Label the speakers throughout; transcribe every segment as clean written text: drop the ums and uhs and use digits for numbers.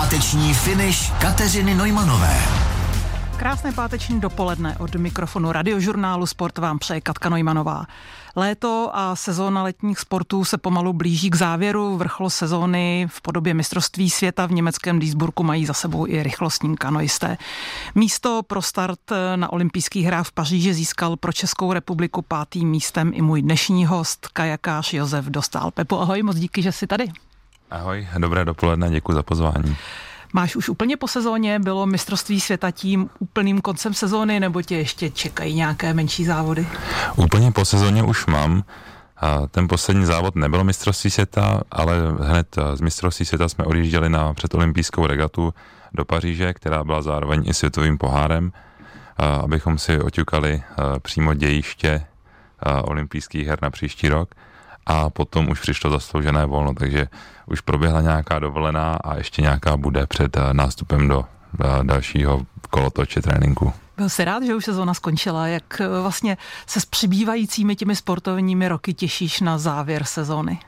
Speaker 1: Páteční finish Kateřiny Neumanové.
Speaker 2: Krásné páteční dopoledne od mikrofonu Radiožurnálu Sport vám přeje Katka Neumannová. Léto a sezóna letních sportů se pomalu blíží k závěru. Vrchol sezóny v podobě mistrovství světa v německém Duisburgu mají za sebou i rychlostní kanoisté. Místo pro start na olympijských hrách v Paříži získal pro Českou republiku 5. místem i můj dnešní host, kajakář Josef Dostál. Pepo, ahoj, moc díky, že jsi tady.
Speaker 3: Ahoj, dobré dopoledne, děkuji za pozvání.
Speaker 2: Máš už úplně po sezóně, bylo mistrovství světa tím úplným koncem sezóny, nebo tě ještě čekají nějaké menší závody?
Speaker 3: Úplně po sezóně už mám. Ten poslední závod nebylo mistrovství světa, ale hned z mistrovství světa jsme odjížděli na předolympijskou regatu do Paříže, která byla zároveň i světovým pohárem, abychom si oťukali přímo dějiště olympijských her na příští rok. A potom už přišlo zasloužené volno, takže už proběhla nějaká dovolená a ještě nějaká bude před nástupem do dalšího kolotoče tréninku.
Speaker 2: Byl jsi rád, že už sezóna skončila? Jak vlastně se s přibývajícími těmi sportovními roky těšíš na závěr sezóny?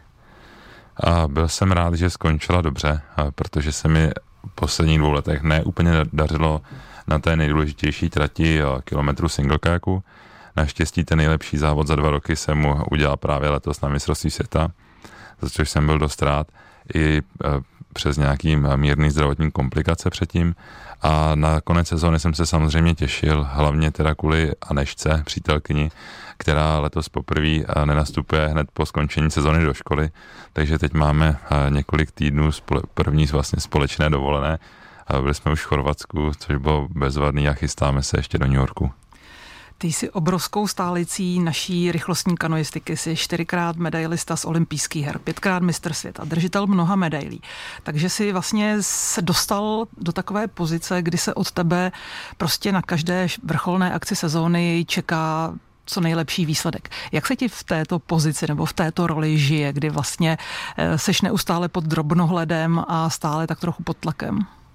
Speaker 3: Byl jsem rád, že skončila dobře, protože se mi v posledních 2 letech neúplně dařilo na té nejdůležitější trati kilometru single kajaku. Naštěstí ten nejlepší závod za 2 roky jsem mu udělal právě letos na mistrovství světa, za což jsem byl dost rád, i přes nějaký mírný zdravotní komplikace předtím. A na konec sezóny jsem se samozřejmě těšil, hlavně teda kvůli Anešce, přítelkyni, která letos poprvé nenastupuje hned po skončení sezóny do školy, takže teď máme několik týdnů první vlastně společné dovolené. Byli jsme už v Chorvatsku, což bylo bezvadný a chystáme se ještě do New Yorku.
Speaker 2: Ty jsi obrovskou stálicí naší rychlostní kanoistiky, jsi 4krát medailista z olympijských her, 5krát mistr světa, držitel mnoha medailí. Takže si vlastně se dostal do takové pozice, kdy se od tebe prostě na každé vrcholné akci sezóny čeká co nejlepší výsledek. Jak se ti v této pozici nebo v této roli žije, kdy vlastně seš neustále pod drobnohledem a stále tak trochu pod tlakem?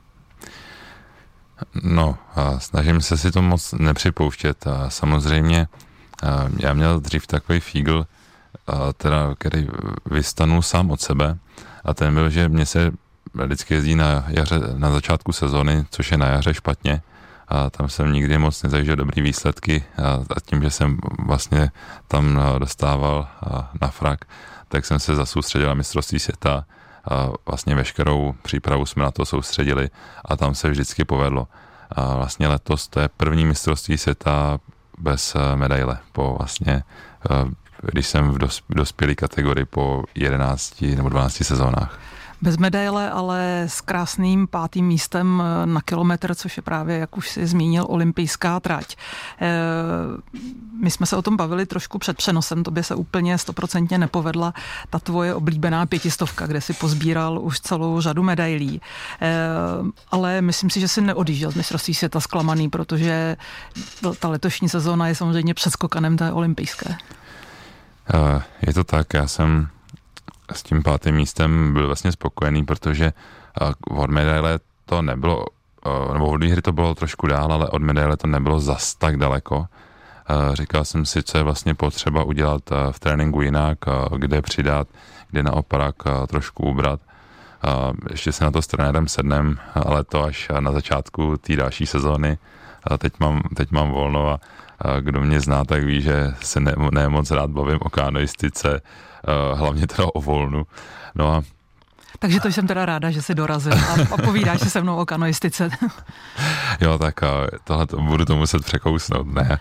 Speaker 3: No, snažím se si to moc nepřipouštět. Samozřejmě já měl dřív takový fígl, který vystanul sám od sebe, a ten byl, že mě se vždycky jezdí na jaře, na začátku sezony, což je na jaře špatně, a tam jsem nikdy moc nezažil dobrý výsledky, a tím, že jsem vlastně tam dostával na frak, tak jsem se zasoustředil na mistrovství světa. A vlastně veškerou přípravu jsme na to soustředili a tam se vždycky povedlo. A vlastně letos to je první mistrovství světa bez medaile, po vlastně, když jsem v dospělé kategorii po 11 nebo 12 sezónách.
Speaker 2: Bez medaile, ale s krásným 5. místem na kilometr, což je právě, jak už si zmínil, olympijská trať. My jsme se o tom bavili trošku před přenosem, tobě se úplně 100% nepovedla ta tvoje oblíbená 500, kde si pozbíral už celou řadu medailí. Ale myslím si, že si neodjížděl z mistrovství světa zklamaný, protože ta letošní sezóna je samozřejmě přeskokanem té olympijské.
Speaker 3: Je to tak, já jsem s tím 5. místem byl vlastně spokojený, protože od medaile to nebylo, nebo od výhry to bylo trošku dál, ale od medaile to nebylo zas tak daleko. Říkal jsem si, co je vlastně potřeba udělat v tréninku jinak, kde přidat, kde naopak trošku ubrat. Ještě se na to s trenérem sednem, ale to až na začátku té další sezóny. Teď mám volno a kdo mě zná, tak ví, že se ne moc rád bavím o kanoistice, hlavně teda o volnu. No a
Speaker 2: takže to jsem teda ráda, že jsi dorazil a povídáš si se mnou o kanoistice.
Speaker 3: Jo, tak tohle budu to muset překousnout, ne?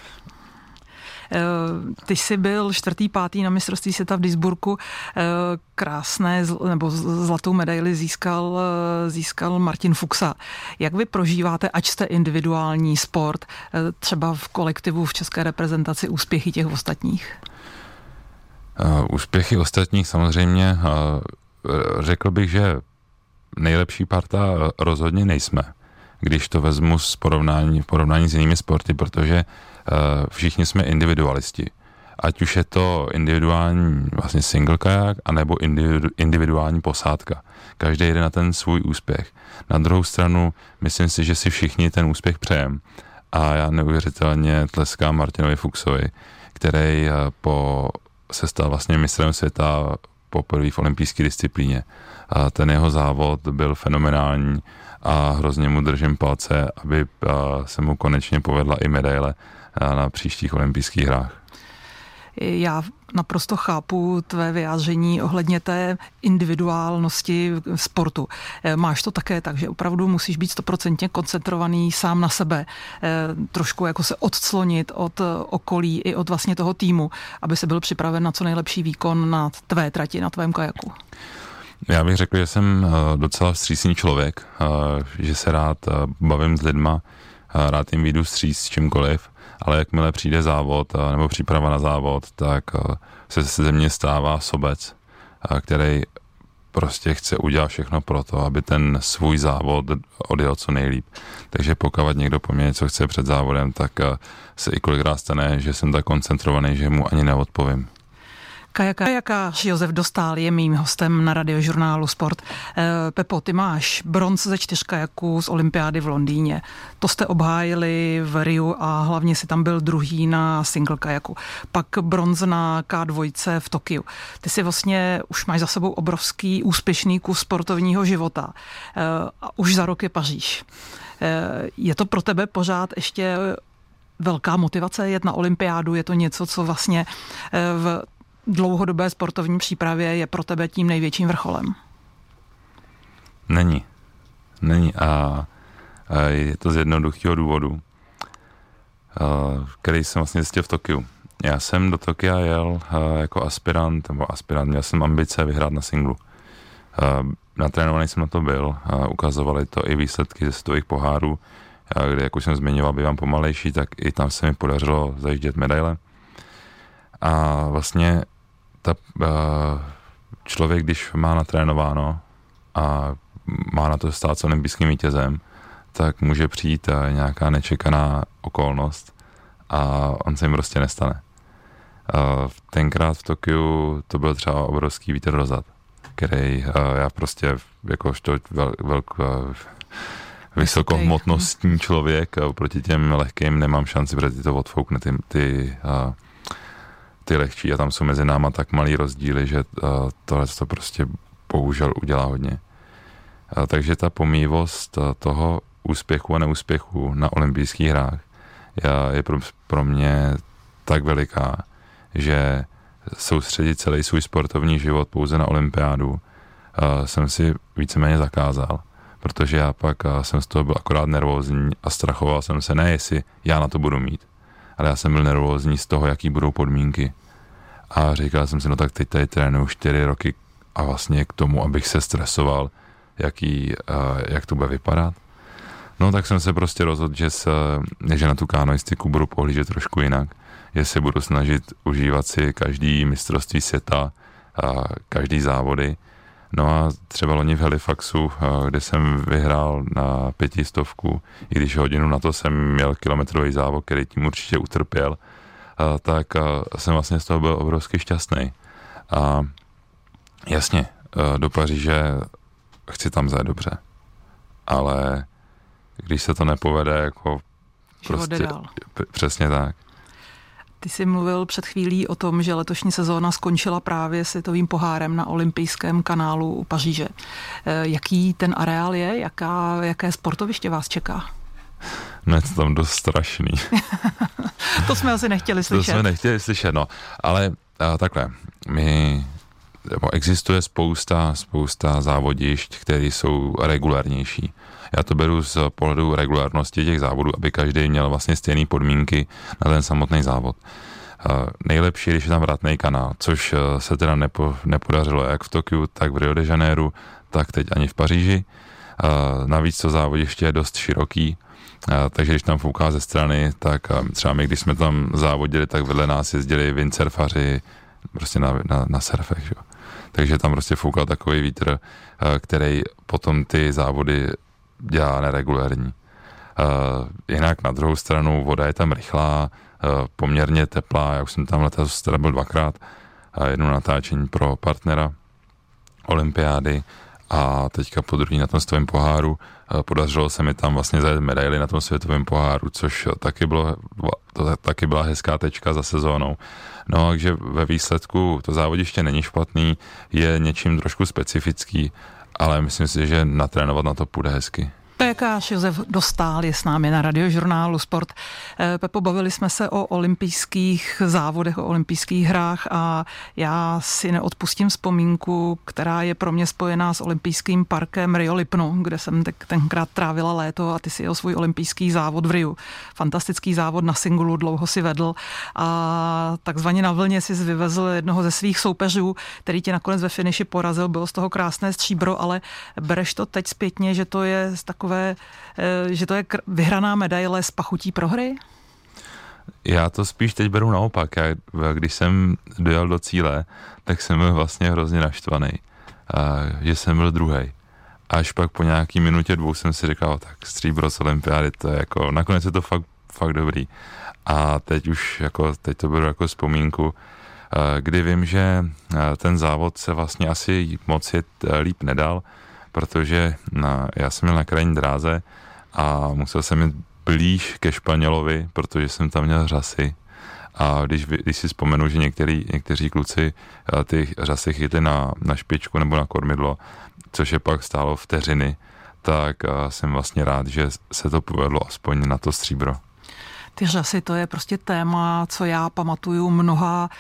Speaker 2: Ty jsi byl 4., 5. na mistrovství světa v Duisburgu. Krásné nebo zlatou medaili získal Martin Fuchsa. Jak vy prožíváte, ať jste individuální sport, třeba v kolektivu v české reprezentaci, úspěchy těch ostatních?
Speaker 3: Úspěchy ostatních samozřejmě, řekl bych, že nejlepší parta rozhodně nejsme, když to vezmu v porovnání s jinými sporty, protože všichni jsme individualisti. Ať už je to individuální vlastně single kajak, anebo individuální posádka. Každý jde na ten svůj úspěch. Na druhou stranu, myslím si, že si všichni ten úspěch přejem. A já neuvěřitelně tleskám Martinovi Fuchsovi, který se stal vlastně mistrem světa poprvé v olympijské disciplíně. A ten jeho závod byl fenomenální a hrozně mu držím palce, aby se mu konečně povedla i medaile na příštích olympijských hrách.
Speaker 2: Já naprosto chápu tvé vyjádření ohledně té individuálnosti sportu. Máš to také tak, že opravdu musíš být 100% koncentrovaný sám na sebe, trošku jako se odclonit od okolí i od vlastně toho týmu, aby se byl připraven na co nejlepší výkon na tvé trati, na tvém kajaku.
Speaker 3: Já bych řekl, že jsem docela vstřícný člověk, že se rád bavím s lidma, rád jim vyjdu vstříc s čímkoliv, ale jakmile přijde závod nebo příprava na závod, tak se ze mě stává sobec, který prostě chce udělat všechno pro to, aby ten svůj závod odjel co nejlíp. Takže pokud někdo po mně něco chce před závodem, tak se i kolikrát stane, že jsem tak koncentrovaný, že mu ani neodpovím.
Speaker 2: Kajakář Josef Dostál je mým hostem na Radiožurnálu Sport. Pepo, ty máš bronz ze 4 kajaků z olympiády v Londýně. To jste obhájili v Riu a hlavně si tam byl druhý na single kajaku. Pak bronz na K2 v Tokiu. Ty si vlastně už máš za sebou obrovský úspěšný kus sportovního života. A už za rok je Paříž. Je to pro tebe pořád ještě velká motivace jet na olympiádu? Je to něco, co vlastně v dlouhodobé sportovní přípravě je pro tebe tím největším vrcholem? Není
Speaker 3: a je to z jednoduchého důvodu, který jsem vlastně zjistil v Tokiu. Já jsem do Tokia jel jako aspirant, měl jsem ambice vyhrát na singlu. Natrénovaný jsem na to byl, ukazovali to i výsledky ze světových pohárů, kde, jak už jsem zmiňoval, bývám pomalejší, tak i tam se mi podařilo zajíždět medaile. A vlastně člověk, když má natrénováno a má na to stát s olympijským vítězem, tak může přijít nějaká nečekaná okolnost a on se jim prostě nestane. Tenkrát v Tokiu to byl třeba obrovský vítr do zad, který já prostě jakožto vysokohmotnostní člověk proti těm lehkým nemám šanci, protože ty to odfoukne ty lehčí a tam jsou mezi náma tak malý rozdíly, že tohle to prostě bohužel udělá hodně. Takže ta pomývost toho úspěchu a neúspěchu na olympijských hrách je pro mě tak veliká, že soustředit celý svůj sportovní život pouze na olympiádu jsem si víceméně zakázal, protože já pak jsem z toho byl akorát nervózní a strachoval jsem se, ne jestli já na to budu mít, ale já jsem byl nervózní z toho, jaký budou podmínky. A říkal jsem si, no tak teď tady trénuju 4 roky a vlastně k tomu, abych se stresoval, jak to bude vypadat. No tak jsem se prostě rozhodl, že na tu kanoistiku budu pohlížet trošku jinak, že se budu snažit užívat si každý mistrovství světa, každý závody. No a třeba loni v Halifaxu, kde jsem vyhrál na 500, i když hodinu na to jsem měl kilometrový závod, který tím určitě utrpěl, tak jsem vlastně z toho byl obrovsky šťastný. A jasně, do Paříže chci tam zajet dobře, ale když se to nepovede, jako prostě přesně tak.
Speaker 2: Ty jsi mluvil před chvílí o tom, že letošní sezóna skončila právě světovým pohárem na olympijském kanálu u Paříže. Jaký ten areál je? Jaké sportoviště vás čeká?
Speaker 3: No je to tam dost strašný.
Speaker 2: To jsme asi nechtěli slyšet.
Speaker 3: No. Ale takhle, existuje spousta závodišť, které jsou regulárnější. Já to beru z pohledu regulárnosti těch závodů, aby každý měl vlastně stejné podmínky na ten samotný závod. Nejlepší, když je tam vratný kanál, což se teda nepodařilo jak v Tokiu, tak v Rio de Janeiro, tak teď ani v Paříži. Navíc to závodiště je dost široký, takže když tam fouká ze strany, tak třeba my, když jsme tam závodili, tak vedle nás jezdili windsurfaři prostě na surfech. Jo. Takže tam prostě foukal takový vítr, který potom ty závody dělá neregulární. Jinak na druhou stranu voda je tam rychlá, poměrně teplá, já už jsem tam letos byl 2krát, jedno natáčení pro partnera olympiády a teďka po druhý na tom světovém poháru podařilo se mi tam vlastně zajet medaili na tom světovém poháru, což taky byla hezká tečka za sezónou. No, takže ve výsledku to závodiště není špatný, je něčím trošku specifický, ale myslím si, že natrénovat na to půjde hezky.
Speaker 2: PKář Josef Dostál je s námi na Radiožurnálu Sport. Pepo, bavili jsme se o olympijských závodech, o olympijských hrách a já si neodpustím vzpomínku, která je pro mě spojená s olympijským parkem Rio Lipno, kde jsem tenkrát trávila léto a ty si jel svůj olympijský závod v Riu. Fantastický závod na singlu, dlouho si vedl a takzvaně na vlně si vyvezl jednoho ze svých soupeřů, který tě nakonec ve finiši porazil, bylo z toho krásné stříbro, ale bereš to teď zpětně, že to je že to je vyhraná medaile z pachutí prohry?
Speaker 3: Já to spíš teď beru naopak. Když jsem dojel do cíle, tak jsem byl vlastně hrozně naštvaný, že jsem byl druhej. Až pak po nějaký minutě, dvou jsem si říkal, tak stříbro z olympiády, to je jako, nakonec je to fakt dobrý. A teď to beru jako vzpomínku, kdy vím, že ten závod se vlastně asi moc líp nedal, protože já jsem měl na krajní dráze a musel jsem jít blíž ke Španělovi, protože jsem tam měl řasy. A když si vzpomenu, že někteří kluci ty řasy chytli na špičku nebo na kormidlo, což je pak stálo vteřiny, tak jsem vlastně rád, že se to povedlo aspoň na to stříbro.
Speaker 2: Ty řasy, to je prostě téma, co já pamatuju mnoha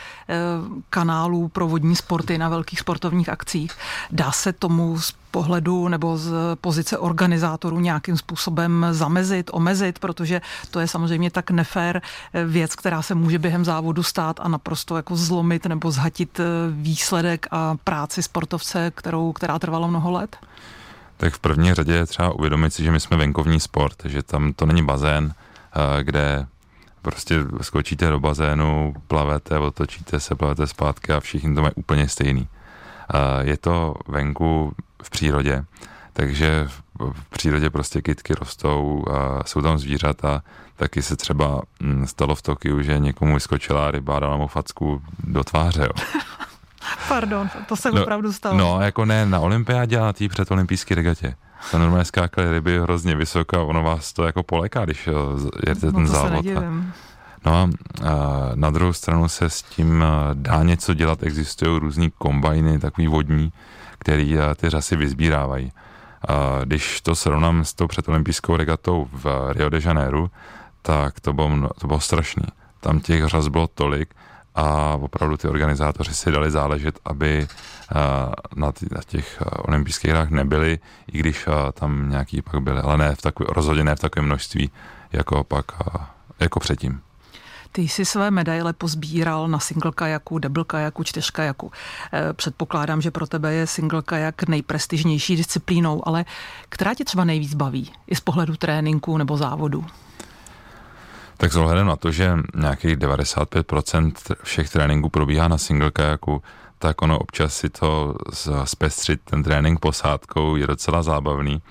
Speaker 2: kanálů pro vodní sporty na velkých sportovních akcích. Dá se tomu z pohledu nebo z pozice organizátorů nějakým způsobem zamezit, omezit, protože to je samozřejmě tak nefér věc, která se může během závodu stát a naprosto jako zlomit nebo zhatit výsledek a práci sportovce, která trvala mnoho let?
Speaker 3: Tak v první řadě je třeba uvědomit si, že my jsme venkovní sport, že tam to není bazén, kde prostě skočíte do bazénu, plavete, otočíte se, plavete zpátky a všichni to mají úplně stejný. Je to venku v přírodě, takže v přírodě prostě kytky rostou, jsou tam zvířata, taky se třeba stalo v Tokiu, že někomu vyskočila ryba a dala mu facku do tváře. Jo.
Speaker 2: Pardon, to se opravdu stalo.
Speaker 3: No, jako ne na olympiádě, ale tý předolympijské regatě. Ta normálně skákaly ryby hrozně vysoko a ono vás to jako poleká, když jedete ten závod. No a na druhou stranu se s tím dá něco dělat, existují různý kombajny, takový vodní, který ty řasy vyzbírávají. Když to srovnám s tou předolympijskou regatou v Rio de Janeiro, tak to bylo strašný. Tam těch řas bylo tolik a opravdu ty organizátoři si dali záležet, aby na těch olympijských hrách nebyli, i když tam nějaký pak byly, ale rozhodně ne v takovém množství, jako předtím.
Speaker 2: Ty jsi své medaile pozbíral na single kajaku, double kajaku, 4 kajaku. Předpokládám, že pro tebe je single kajak nejprestižnější disciplínou, ale která tě třeba nejvíc baví? I z pohledu tréninku nebo závodu?
Speaker 3: Tak s ohledem na to, že nějakých 95% všech tréninků probíhá na single kajaku, tak ono občas si to zpestřit ten trénink posádkou je docela zábavný.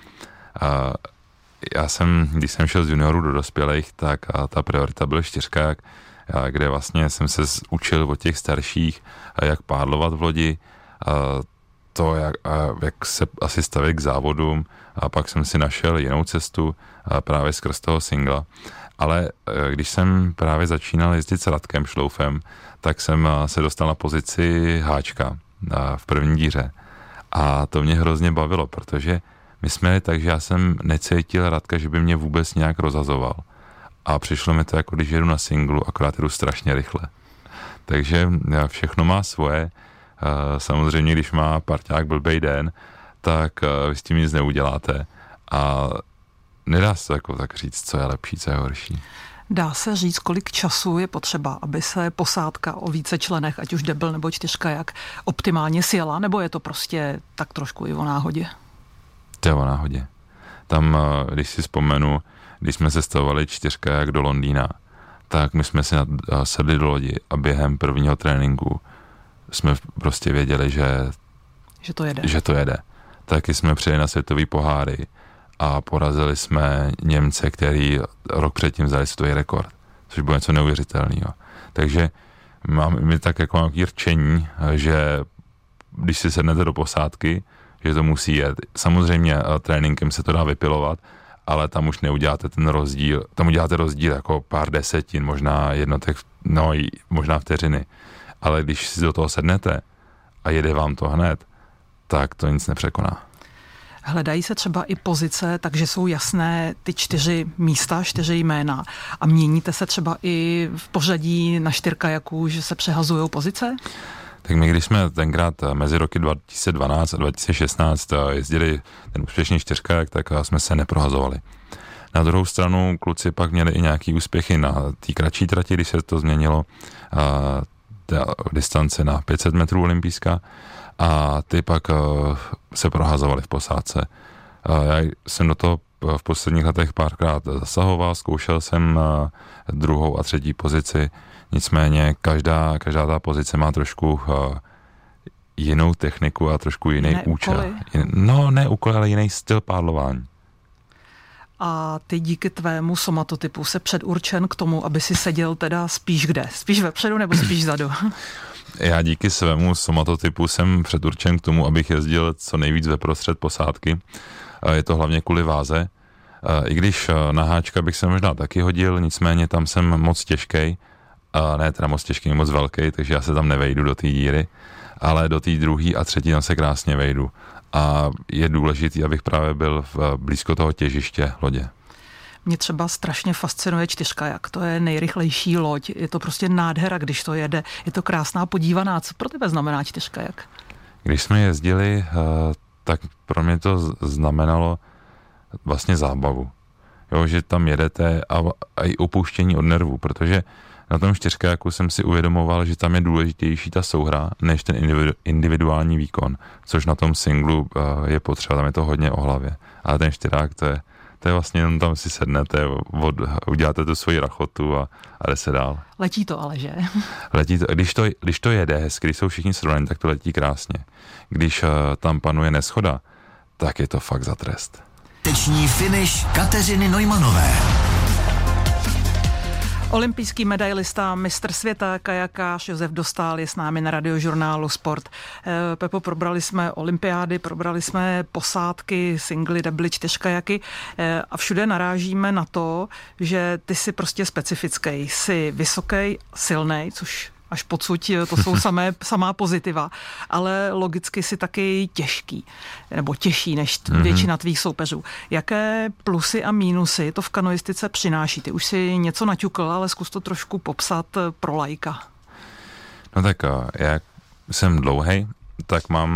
Speaker 3: Když jsem šel z juniorů do dospělých, tak ta priorita byl 4 kajak, kde vlastně jsem se učil od těch starších, jak pádlovat v lodi, to, jak se asi stavit k závodům, a pak jsem si našel jinou cestu právě skrz toho singla. Ale když jsem právě začínal jezdit s Radkem Šloufem, tak jsem se dostal na pozici háčka v první díře. A to mě hrozně bavilo, protože my jsme jeli tak, že já jsem necítil Radka, že by mě vůbec nějak rozhazoval. A přišlo mi to, jako když jedu na singlu, akorát jedu strašně rychle. Takže všechno má svoje. Samozřejmě, když má parťák blbej den, tak vy s tím nic neuděláte. A nedá se jako tak říct, co je lepší, co je horší.
Speaker 2: Dá se říct, kolik času je potřeba, aby se posádka o více členech, ať už double nebo 4 kajak, optimálně sjela, nebo je to prostě tak trošku i o náhodě?
Speaker 3: To je o náhodě. Tam, když si vzpomenu, když jsme se stavovali 4 kajak do Londýna, tak my jsme si sedli do lodi a během prvního tréninku jsme prostě věděli, že to jede. Taky jsme přijeli na světový poháry a porazili jsme Němce, který rok předtím vzali světový rekord, což bylo něco neuvěřitelného. Takže máme tak jako nějaký rčení, že když si sednete do posádky, že to musí jet. Samozřejmě tréninkem se to dá vypilovat, ale tam už neuděláte ten rozdíl, tam uděláte rozdíl jako pár desetin, možná jednotek, no možná vteřiny. Ale když si do toho sednete a jede vám to hned, tak to nic nepřekoná.
Speaker 2: Hledají se třeba i pozice, takže jsou jasné ty 4 místa, 4 jména a měníte se třeba i v pořadí na 4 kajaků, že se přehazují pozice?
Speaker 3: Tak my, když jsme tenkrát mezi roky 2012 a 2016 jezdili ten úspěšný 4kajak, tak jsme se neprohazovali. Na druhou stranu kluci pak měli i nějaký úspěchy na té kratší trati, když se to změnilo distance na 500 metrů olympijská a ty pak se prohazovali v posádce. Já jsem do toho v posledních letech párkrát zasahoval, zkoušel jsem 2. a 3. pozici, nicméně každá ta pozice má trošku jinou techniku a trošku jiný účel. No, ne úkoly, ale jiný styl pádlování.
Speaker 2: A ty díky tvému somatotypu se předurčen k tomu, aby si seděl teda spíš kde? Spíš vepředu nebo spíš vzadu?
Speaker 3: Já díky svému somatotypu jsem předurčen k tomu, abych jezdil co nejvíc ve prostřed posádky. Je to hlavně kvůli váze. I když na háčka bych se možná taky hodil, nicméně tam jsem moc těžkej. Ne teda moc těžký, moc velký, takže já se tam nevejdu do té díry. Ale do té 2. a 3. tam se krásně vejdu. A je důležitý, abych právě byl blízko toho těžiště lodě.
Speaker 2: Mě třeba strašně fascinuje 4kajak. To je nejrychlejší loď. Je to prostě nádhera, když to jede. Je to krásná podívaná. Co pro tebe znamená 4kajak?
Speaker 3: Když jsme jezdili, tak pro mě to znamenalo vlastně zábavu. Jo, že tam jedete a i opuštění od nervů, protože na tom 4kajaku jsem si uvědomoval, že tam je důležitější ta souhra, než ten individuální výkon, což na tom singlu je potřeba, tam je to hodně o hlavě. Ale ten 4kajak, to je vlastně jenom tam si sednete, uděláte tu svoji rachotu a jde se dál.
Speaker 2: Letí to ale, že?
Speaker 3: Letí to, když to jede hezky, když jsou všichni srovnaní, tak to letí krásně. Když tam panuje neshoda, tak je to fakt za trest.
Speaker 1: Teční finish Kateřiny Neumanové.
Speaker 2: Olympijský medailista, mistr světa, kajakář Josef Dostál je s námi na Radiožurnálu Sport. Pepo, probrali jsme olympiády, probrali jsme posádky, singly, debly, 4kajaky a všude narážíme na to, že ty jsi prostě specifický. Jsi vysoký, silnej, což až pocud, to jsou samá pozitiva, ale logicky si taky těžký, nebo těžší než většina tvých soupeřů. Jaké plusy a mínusy to v kanoistice přináší? Ty už si něco naťukl, ale zkus to trošku popsat pro laika.
Speaker 3: No tak jak jsem dlouhej, tak mám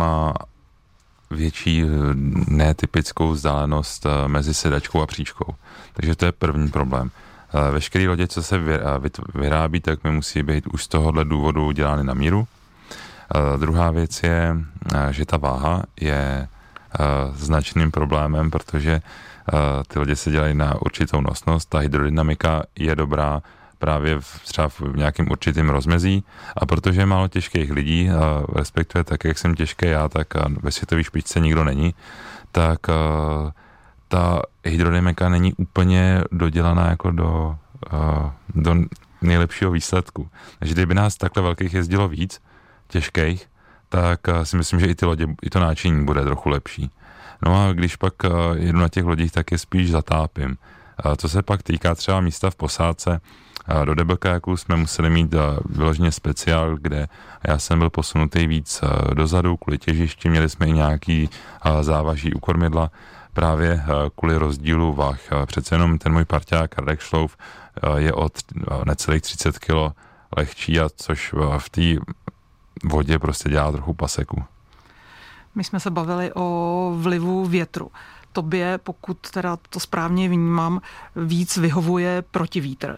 Speaker 3: větší netypickou vzdálenost mezi sedačkou a příčkou. Takže to je první problém. Veškeré lodě, co se vyrábí, tak mi musí být už z tohohle důvodu dělány na míru. Druhá věc je, že ta váha je značným problémem, protože ty lodě se dělají na určitou nosnost, ta hydrodynamika je dobrá právě třeba v nějakém určitém rozmezí a protože je málo těžkých lidí, respektive tak, jak jsem těžký já, tak ve světové špičce nikdo není, tak ta hydrodynamika není úplně dodělaná jako do nejlepšího výsledku. Takže kdyby nás takhle velkých jezdilo víc, těžkých, tak si myslím, že i ty lodě, i to náčiní bude trochu lepší. No a když pak jedu na těch lodích, tak je spíš zatápím. Co se pak týká třeba místa v posádce, do debelkajaku jsme museli mít vyloženě speciál, kde já jsem byl posunutý víc dozadu kvůli těžišti, měli jsme i nějaký závaží u kormidla, právě kvůli rozdílu váh. Přece jenom ten můj parťák Radek Šlouf je od necelých 30 kg lehčí, a což v té vodě prostě dělá trochu paseku.
Speaker 2: My jsme se bavili o vlivu větru. Tobě, pokud teda to správně vnímám, víc vyhovuje protivítr.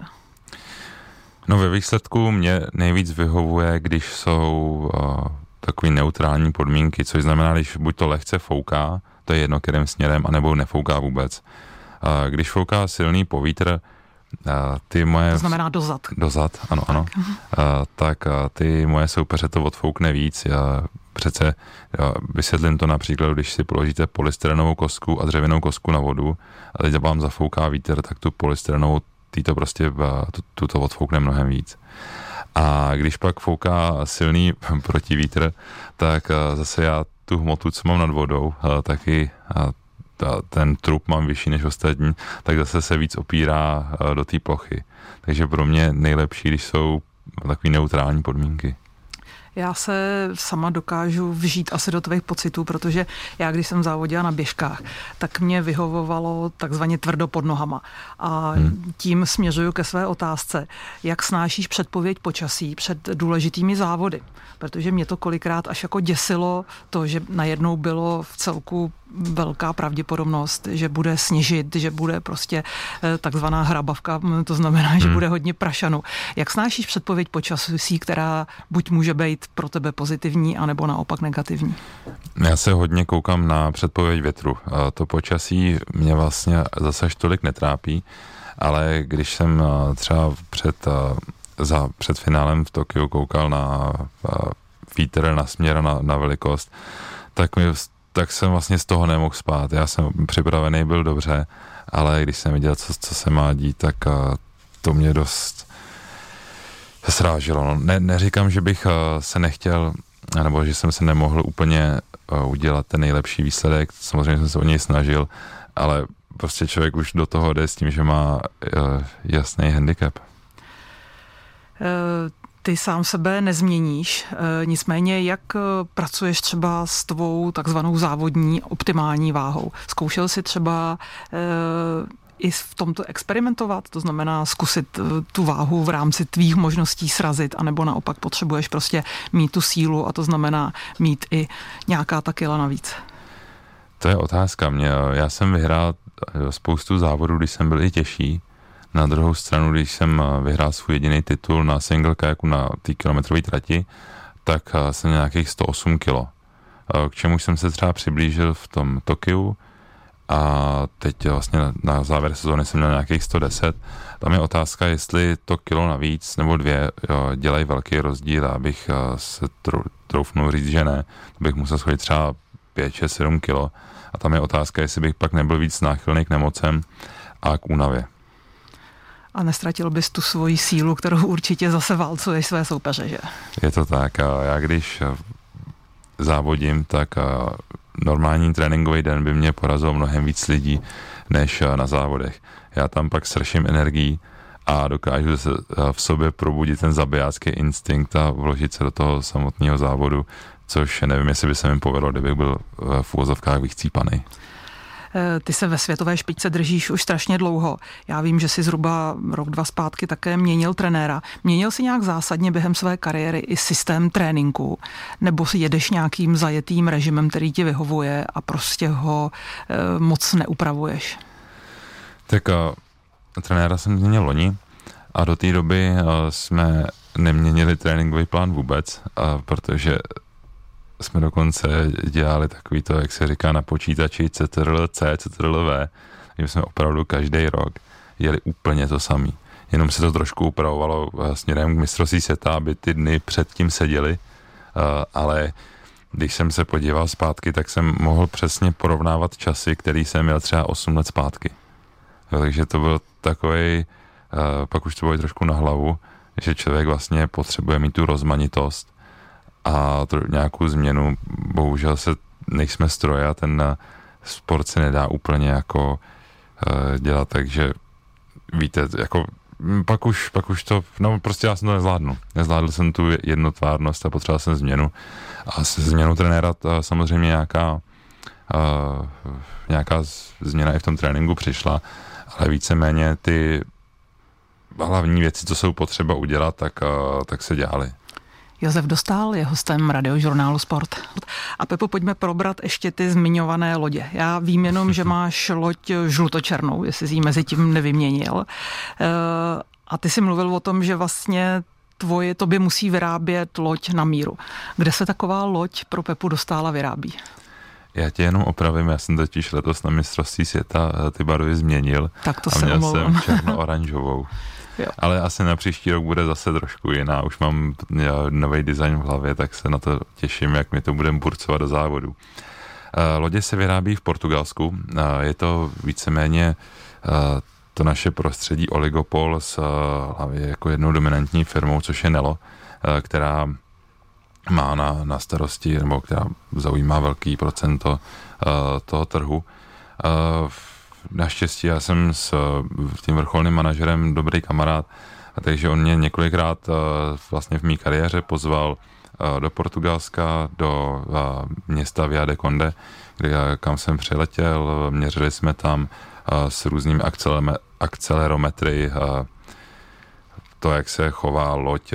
Speaker 3: No ve výsledku mě nejvíc vyhovuje, když jsou takový neutrální podmínky, což znamená, když buď to lehce fouká, to je jedno kterým směrem, anebo nefouká vůbec. Když fouká silný povítr, ty moje...
Speaker 2: To znamená dozad.
Speaker 3: Dozad, ano. Tak ty moje soupeře to odfoukne víc. Přece vysvětlím to například, když si položíte polystyrenovou kostku a dřevěnou kostku na vodu a teď vám zafouká vítr, tak tu polystyrenovou to prostě to odfoukne mnohem víc. A když pak fouká silný protivítr, tak zase já tu hmotu, co mám nad vodou, taky ten trup mám vyšší než ostatní, tak zase se víc opírá do té plochy. Takže pro mě nejlepší, když jsou takové neutrální podmínky.
Speaker 2: Já se sama dokážu vžít asi do tvých pocitů, protože já, když jsem závodila na běžkách, tak mě vyhovovalo takzvaně tvrdo pod nohama. A tím směřuju ke své otázce. Jak snášíš předpověď počasí před důležitými závody? Protože mě to kolikrát až jako děsilo to, že najednou bylo v celku velká pravděpodobnost, že bude sněžit, že bude prostě takzvaná hrabavka, to znamená, že bude hodně prašanu. Jak snášíš předpověď počasí, která buď může být pro tebe pozitivní, anebo naopak negativní?
Speaker 3: Já se hodně koukám na předpověď větru. To počasí mě vlastně zase až tolik netrápí, ale když jsem třeba před finálem v Tokiu koukal na vítr, na směr, na velikost, tak jsem vlastně z toho nemohl spát. Já jsem připravený byl dobře, ale když jsem viděl, co se má dít, tak to mě dost sráželo. No, neříkám, že bych se nechtěl, nebo že jsem se nemohl úplně udělat ten nejlepší výsledek. Samozřejmě jsem se o něj snažil, ale prostě člověk už do toho jde s tím, že má jasný handicap.
Speaker 2: Ty sám sebe nezměníš, nicméně jak pracuješ třeba s tvou takzvanou závodní optimální váhou? Zkoušel jsi třeba i v tomto experimentovat, to znamená zkusit tu váhu v rámci tvých možností srazit, anebo naopak potřebuješ prostě mít tu sílu a to znamená mít i nějaká ta kila navíc?
Speaker 3: To je otázka. Já jsem vyhrál spoustu závodů, když jsem byl i těžší. Na druhou stranu, když jsem vyhrál svůj jediný titul na single kajaku na té kilometrové trati, tak jsem nějakých 108 kilo. K čemu jsem se třeba přiblížil v tom Tokiu a teď vlastně na závěr sezóny jsem měl nějakých 110. Tam je otázka, jestli to kilo navíc nebo 2 dělají velký rozdíl, abych se troufnul říct, že ne. To bych musel schodit třeba 5, 6, 7 kilo. A tam je otázka, jestli bych pak nebyl víc náchylný k nemocem a k únavě.
Speaker 2: A nestratil bys tu svoji sílu, kterou určitě zase válcuješ své soupeře, že?
Speaker 3: Je to tak. Já když závodím, tak normální tréninkový den by mě porazil mnohem víc lidí, než na závodech. Já tam pak srším energií a dokážu v sobě probudit ten zabijácký instinkt a vložit se do toho samotného závodu, což nevím, jestli by se mi povedlo, kdybych byl v úvozovkách vychcípaný.
Speaker 2: Ty se ve světové špičce držíš už strašně dlouho. Já vím, že jsi zhruba rok, 2 zpátky také měnil trenéra. Měnil jsi nějak zásadně během své kariéry i systém tréninku? Nebo si jedeš nějakým zajetým režimem, který ti vyhovuje a prostě ho moc neupravuješ?
Speaker 3: Tak trenéra jsem změnil loni a do té doby jsme neměnili tréninkový plán vůbec, protože jsme dokonce dělali takový to, jak se říká na počítači, CTRL-C, CTRL-V, že jsme opravdu každý rok jeli úplně to samý. Jenom se to trošku upravovalo směrem k mistrovství světa, aby ty dny předtím seděly, ale když jsem se podíval zpátky, tak jsem mohl přesně porovnávat časy, který jsem měl třeba 8 let zpátky. Takže to byl takovej, pak už to bylo trošku na hlavu, že člověk vlastně potřebuje mít tu rozmanitost a nějakou změnu. Bohužel nejsme stroje a ten sport se nedá úplně jako dělat, takže víte, jako pak už to, no prostě já jsem to nezvládnu. Nezvládl jsem tu jednotvárnost a potřeboval jsem změnu. A se změnou trenéra samozřejmě nějaká změna i v tom tréninku přišla, ale víceméně ty hlavní věci, co jsou potřeba udělat, tak se dělaly.
Speaker 2: Josef Dostál je hostem Radiožurnálu Sport. A Pepo, pojďme probrat ještě ty zmiňované lodě. Já vím jenom, že máš loď žlutočernou, jestli jsi ji mezi tím nevyměnil. A ty jsi mluvil o tom, že vlastně tobě musí vyrábět loď na míru. Kde se taková loď pro Pepu Dostála vyrábí?
Speaker 3: Já tě jenom opravím, já jsem totiž letos na mistrovství světa ty barvy změnil.
Speaker 2: Tak to
Speaker 3: a měl
Speaker 2: omlouvám.
Speaker 3: jsem černo-oranžovou. Jo. Ale asi na příští rok bude zase trošku jiná. Už mám nový design v hlavě, tak se na to těším, jak mi to budeme burcovat do závodu. Lodě se vyrábí v Portugalsku. Je to víceméně to naše prostředí oligopol s hlavně jako jednou dominantní firmou, což je Nelo, která má na starosti, nebo která zaujímá velký procento toho trhu. Naštěstí já jsem s tím vrcholným manažerem dobrý kamarád, takže on mě několikrát vlastně v mý kariéře pozval do Portugalska, do města Via de Conde, kam jsem přiletěl. Měřili jsme tam s různými akcelerometry to, jak se chová loď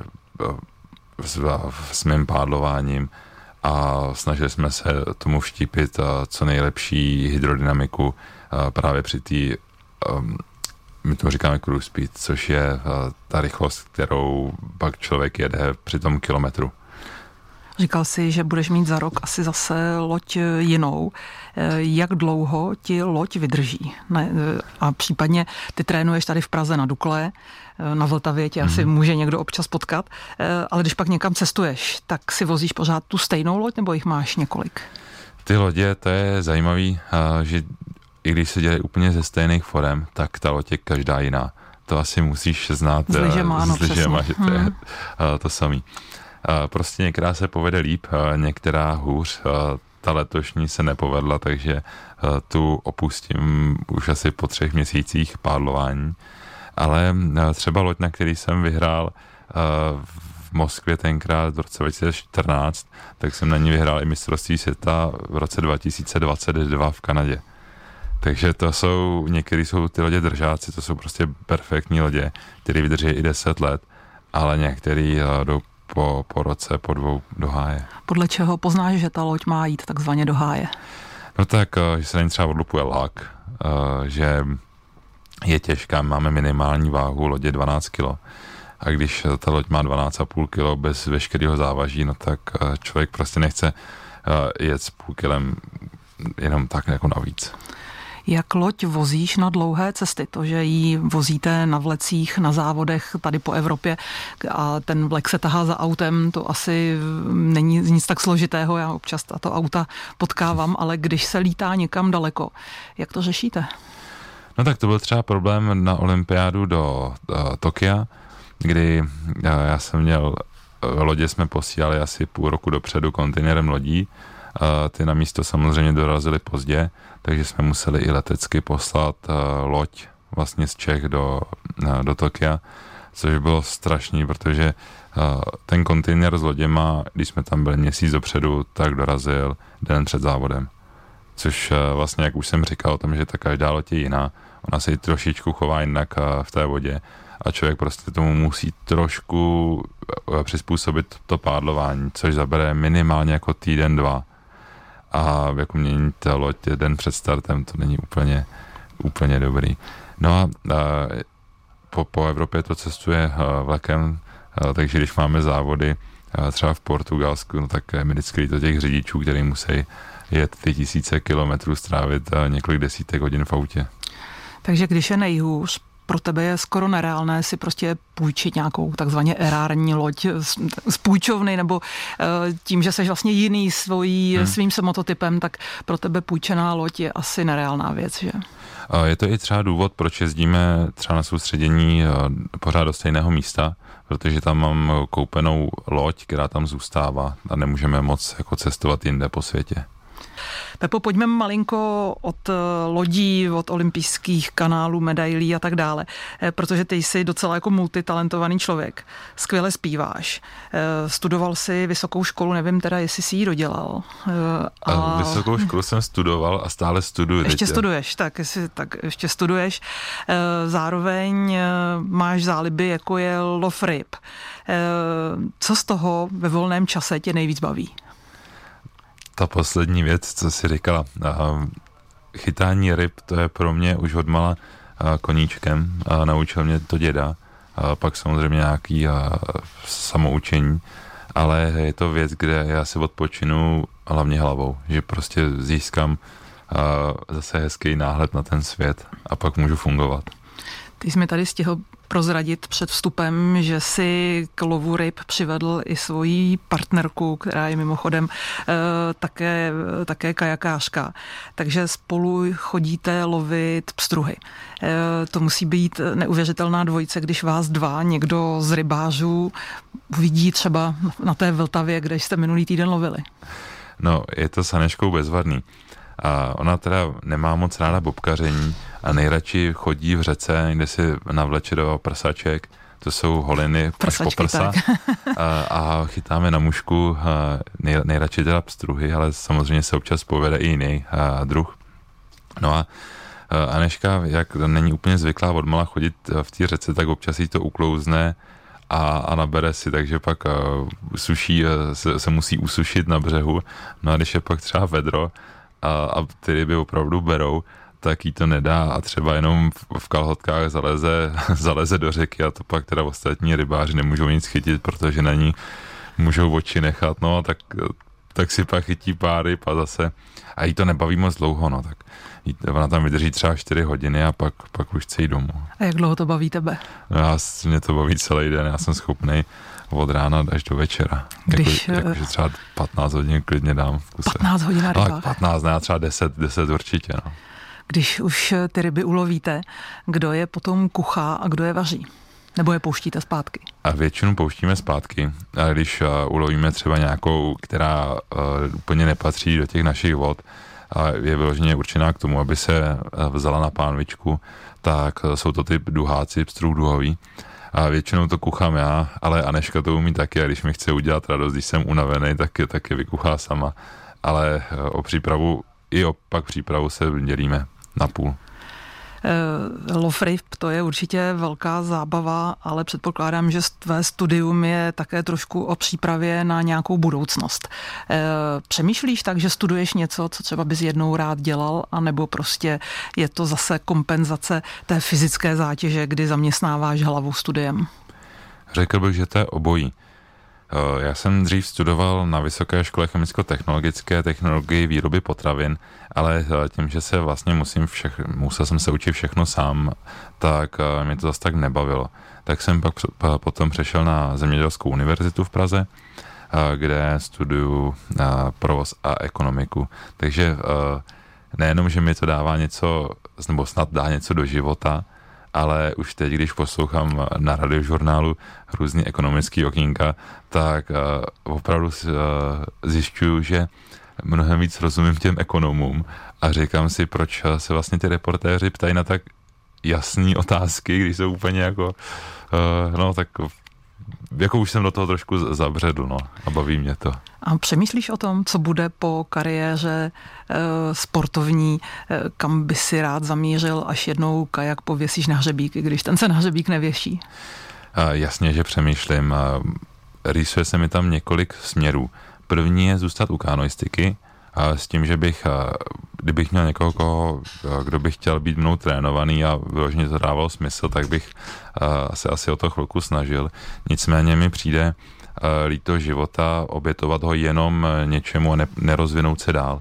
Speaker 3: s mým pádlováním, a snažili jsme se tomu vštípit co nejlepší hydrodynamiku právě při té, my tomu říkáme cruise speed, což je ta rychlost, kterou pak člověk jede při tom kilometru.
Speaker 2: Říkal jsi, že budeš mít za rok asi zase loď jinou. Jak dlouho ti loď vydrží? A případně ty trénuješ tady v Praze na Dukle, na Vltavě tě asi může někdo občas potkat, ale když pak někam cestuješ, tak si vozíš pořád tu stejnou loď, nebo jich máš několik?
Speaker 3: Ty lodě, to je zajímavý, že i když se dělají úplně ze stejných forem, tak ta loď je každá jiná. To asi musíš znát
Speaker 2: s lyžema,
Speaker 3: že to je to samý. Prostě některá se povede líp, některá hůř. Ta letošní se nepovedla, takže tu opustím už asi po 3 měsících pádlování. Ale třeba loď, na který jsem vyhrál v Moskvě tenkrát v roce 2014, tak jsem na ní vyhrál i mistrovství světa v roce 2022 v Kanadě. Takže některý jsou ty lodě držáci, to jsou prostě perfektní lodě, které vydrží i 10 let, ale některý jdou po roce, po 2 do háje.
Speaker 2: Podle čeho poznáš, že ta loď má jít takzvaně do háje?
Speaker 3: No tak, že se na ní třeba odlupuje lak, že je těžká, máme minimální váhu lodě 12 kg. A když ta loď má 12,5 kg bez veškerého závaží, no tak člověk prostě nechce jet s půl kilem jenom tak jako navíc.
Speaker 2: Jak loď vozíš na dlouhé cesty? To, že ji vozíte na vlecích, na závodech tady po Evropě a ten vlek se tahá za autem, to asi není nic tak složitého, já občas tato auta potkávám, ale když se lítá někam daleko, jak to řešíte?
Speaker 3: No tak to byl třeba problém na olympiádu do Tokia, kdy já jsem měl, lodě jsme posílali asi půl roku dopředu kontejnerem lodí, ty na místo samozřejmě dorazily pozdě, takže jsme museli i letecky poslat loď vlastně z Čech do Tokia, což bylo strašný, protože ten kontejner s loděma, když jsme tam byli měsíc dopředu, tak dorazil den před závodem. Což vlastně, jak už jsem říkal o tom, že ta každá loď je jiná, ona se i trošičku chová jinak v té vodě a člověk prostě tomu musí trošku přizpůsobit to pádlování, což zabere minimálně jako týden, 2. A jako měnit loď den před startem, to není úplně dobrý. No a po Evropě to cestuje vlekem, takže když máme závody třeba v Portugalsku, no tak mi vždycky líto těch řidičů, kteří musí jet ty 1000 kilometrů, strávit několik desítek hodin v autě.
Speaker 2: Takže když je nejhůř, pro tebe je skoro nereálné si prostě půjčit nějakou takzvaně erární loď z půjčovny, nebo tím, že seš vlastně jiný svým samotypem, tak pro tebe půjčená loď je asi nereálná věc, že?
Speaker 3: Je to i třeba důvod, proč jezdíme třeba na soustředění pořád do stejného místa, protože tam mám koupenou loď, která tam zůstává a nemůžeme moc jako cestovat jinde po světě.
Speaker 2: Pepo, pojďme malinko od lodí, od olympijských kanálů, medailí a tak dále, protože ty jsi docela jako multitalentovaný člověk. Skvěle zpíváš. Studoval jsi vysokou školu, nevím teda, jestli jsi ji dodělal.
Speaker 3: Vysokou školu jsem studoval a stále studuji.
Speaker 2: Ještě studuješ, tak ještě studuješ. Zároveň máš záliby, jako je lov ryb. Co z toho ve volném čase tě nejvíc baví?
Speaker 3: Ta poslední věc, co jsi říkala, chytání ryb, to je pro mě už odmala koníčkem, naučil mě to děda, pak samozřejmě nějaký samoučení, ale je to věc, kde já si odpočinu hlavně hlavou, že prostě získám zase hezký náhled na ten svět a pak můžu fungovat.
Speaker 2: Ty jsi mi tady stihl prozradit před vstupem, že si k lovu ryb přivedl i svoji partnerku, která je mimochodem také kajakářka. Takže spolu chodíte lovit pstruhy. To musí být neuvěřitelná dvojice, když vás dva, někdo z rybářů, uvidí třeba na té Vltavě, kde jste minulý týden lovili.
Speaker 3: No, je to s Anežkou bezvadný. A ona teda nemá moc ráda bobkaření a nejradši chodí v řece, kde si navleče do prsaček, to jsou holiny až po prsa a chytáme na mušku, nejradši teda pstruhy, ale samozřejmě se občas povede i jiný druh. No a Anežka, jak není úplně zvyklá odmala chodit v té řece, tak občas jí to uklouzne a nabere si, takže pak suší, se musí usušit na břehu. No a když je pak třeba vedro a ty ryby opravdu berou, tak jí to nedá a třeba jenom v kalhotkách zaleze do řeky a to pak teda ostatní rybáři nemůžou nic chytit, protože na ní můžou oči nechat, no tak si pak chytí pár ryb a zase a jí to nebaví moc dlouho, no tak ona tam vydrží třeba 4 hodiny a pak už chce jít domů.
Speaker 2: A jak dlouho to baví tebe?
Speaker 3: No mě to baví celý den, já jsem schopnej od rána až do večera. Jakože třeba 15 hodin klidně dám v kuse.
Speaker 2: 15 hodin na rybách?
Speaker 3: Ale 15, ne, třeba 10 určitě, no.
Speaker 2: Když už ty ryby ulovíte, kdo je potom kuchá a kdo je vaří? Nebo je pouštíte zpátky? A
Speaker 3: většinu pouštíme zpátky. A když ulovíme třeba nějakou, která úplně nepatří do těch našich vod, a je vyloženě určená k tomu, aby se vzala na pánvičku, tak jsou to ty duháci, pstruh duhový. A většinou to kuchám já, ale Anežka to umí taky a když mi chce udělat radost, když jsem unavený, tak je vykuchá sama. Ale o přípravu, i opak přípravu se dělíme na půl.
Speaker 2: Lov ryb, to je určitě velká zábava, ale předpokládám, že tvé studium je také trošku o přípravě na nějakou budoucnost. Přemýšlíš tak, že studuješ něco, co třeba bys jednou rád dělal, anebo prostě je to zase kompenzace té fyzické zátěže, kdy zaměstnáváš hlavu studiem?
Speaker 3: Řekl bych, že to je obojí. Já jsem dřív studoval na Vysoké škole chemicko-technologické technologii výroby potravin, ale tím, že se vlastně musel jsem se učit všechno sám, tak mě to zase tak nebavilo. Tak jsem pak potom přešel na Zemědělskou univerzitu v Praze, kde studuju provoz a ekonomiku. Takže nejenom, že mi to dává něco, nebo snad dá něco do života, ale už teď, když poslouchám na radiožurnálu různý ekonomický okýnka, tak opravdu zjišťuju, že mnohem víc rozumím těm ekonomům a říkám si, proč se vlastně ty reportéři ptají na tak jasné otázky, když jsou úplně jako, tak jako už jsem do toho trošku zabředl, no, a baví mě to.
Speaker 2: A přemýšlíš o tom, co bude po kariéře sportovní, kam by si rád zamířil, až jednou kajak pověsíš na hřebík, i když ten se na hřebík nevěší?
Speaker 3: Jasně, že přemýšlím. Rýsuje se mi tam několik směrů. První je zůstat u kanoistiky, s tím, že kdybych měl někoho, kdo by chtěl být mnou trénovaný a vyloženě to dávalo smysl, tak bych se asi o to chvilku snažil. Nicméně mi přijde líto života obětovat ho jenom něčemu a nerozvinout se dál.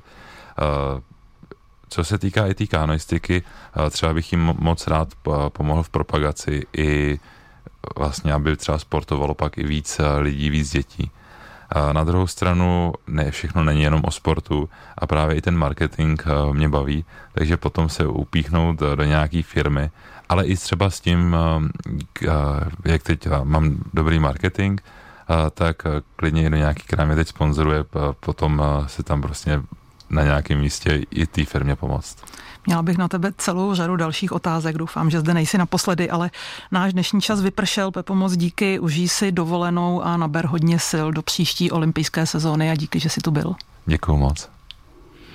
Speaker 3: Co se týká i té kanoistiky, třeba bych jim moc rád pomohl v propagaci i vlastně, aby třeba sportovalo pak i víc lidí, víc dětí. A na druhou stranu ne, všechno není jenom o sportu a právě i ten marketing mě baví, takže potom se upíchnout do nějaký firmy, ale i třeba s tím, jak teď mám dobrý marketing, tak klidně i do nějaký, která mě teď sponzoruje, potom si tam prostě na nějakém místě i té firmě pomoct.
Speaker 2: Měla bych na tebe celou řadu dalších otázek, doufám, že zde nejsi naposledy, ale náš dnešní čas vypršel. Pepo, moc díky, užij si dovolenou a naber hodně sil do příští olympijské sezóny a díky, že jsi tu byl.
Speaker 3: Děkuju moc.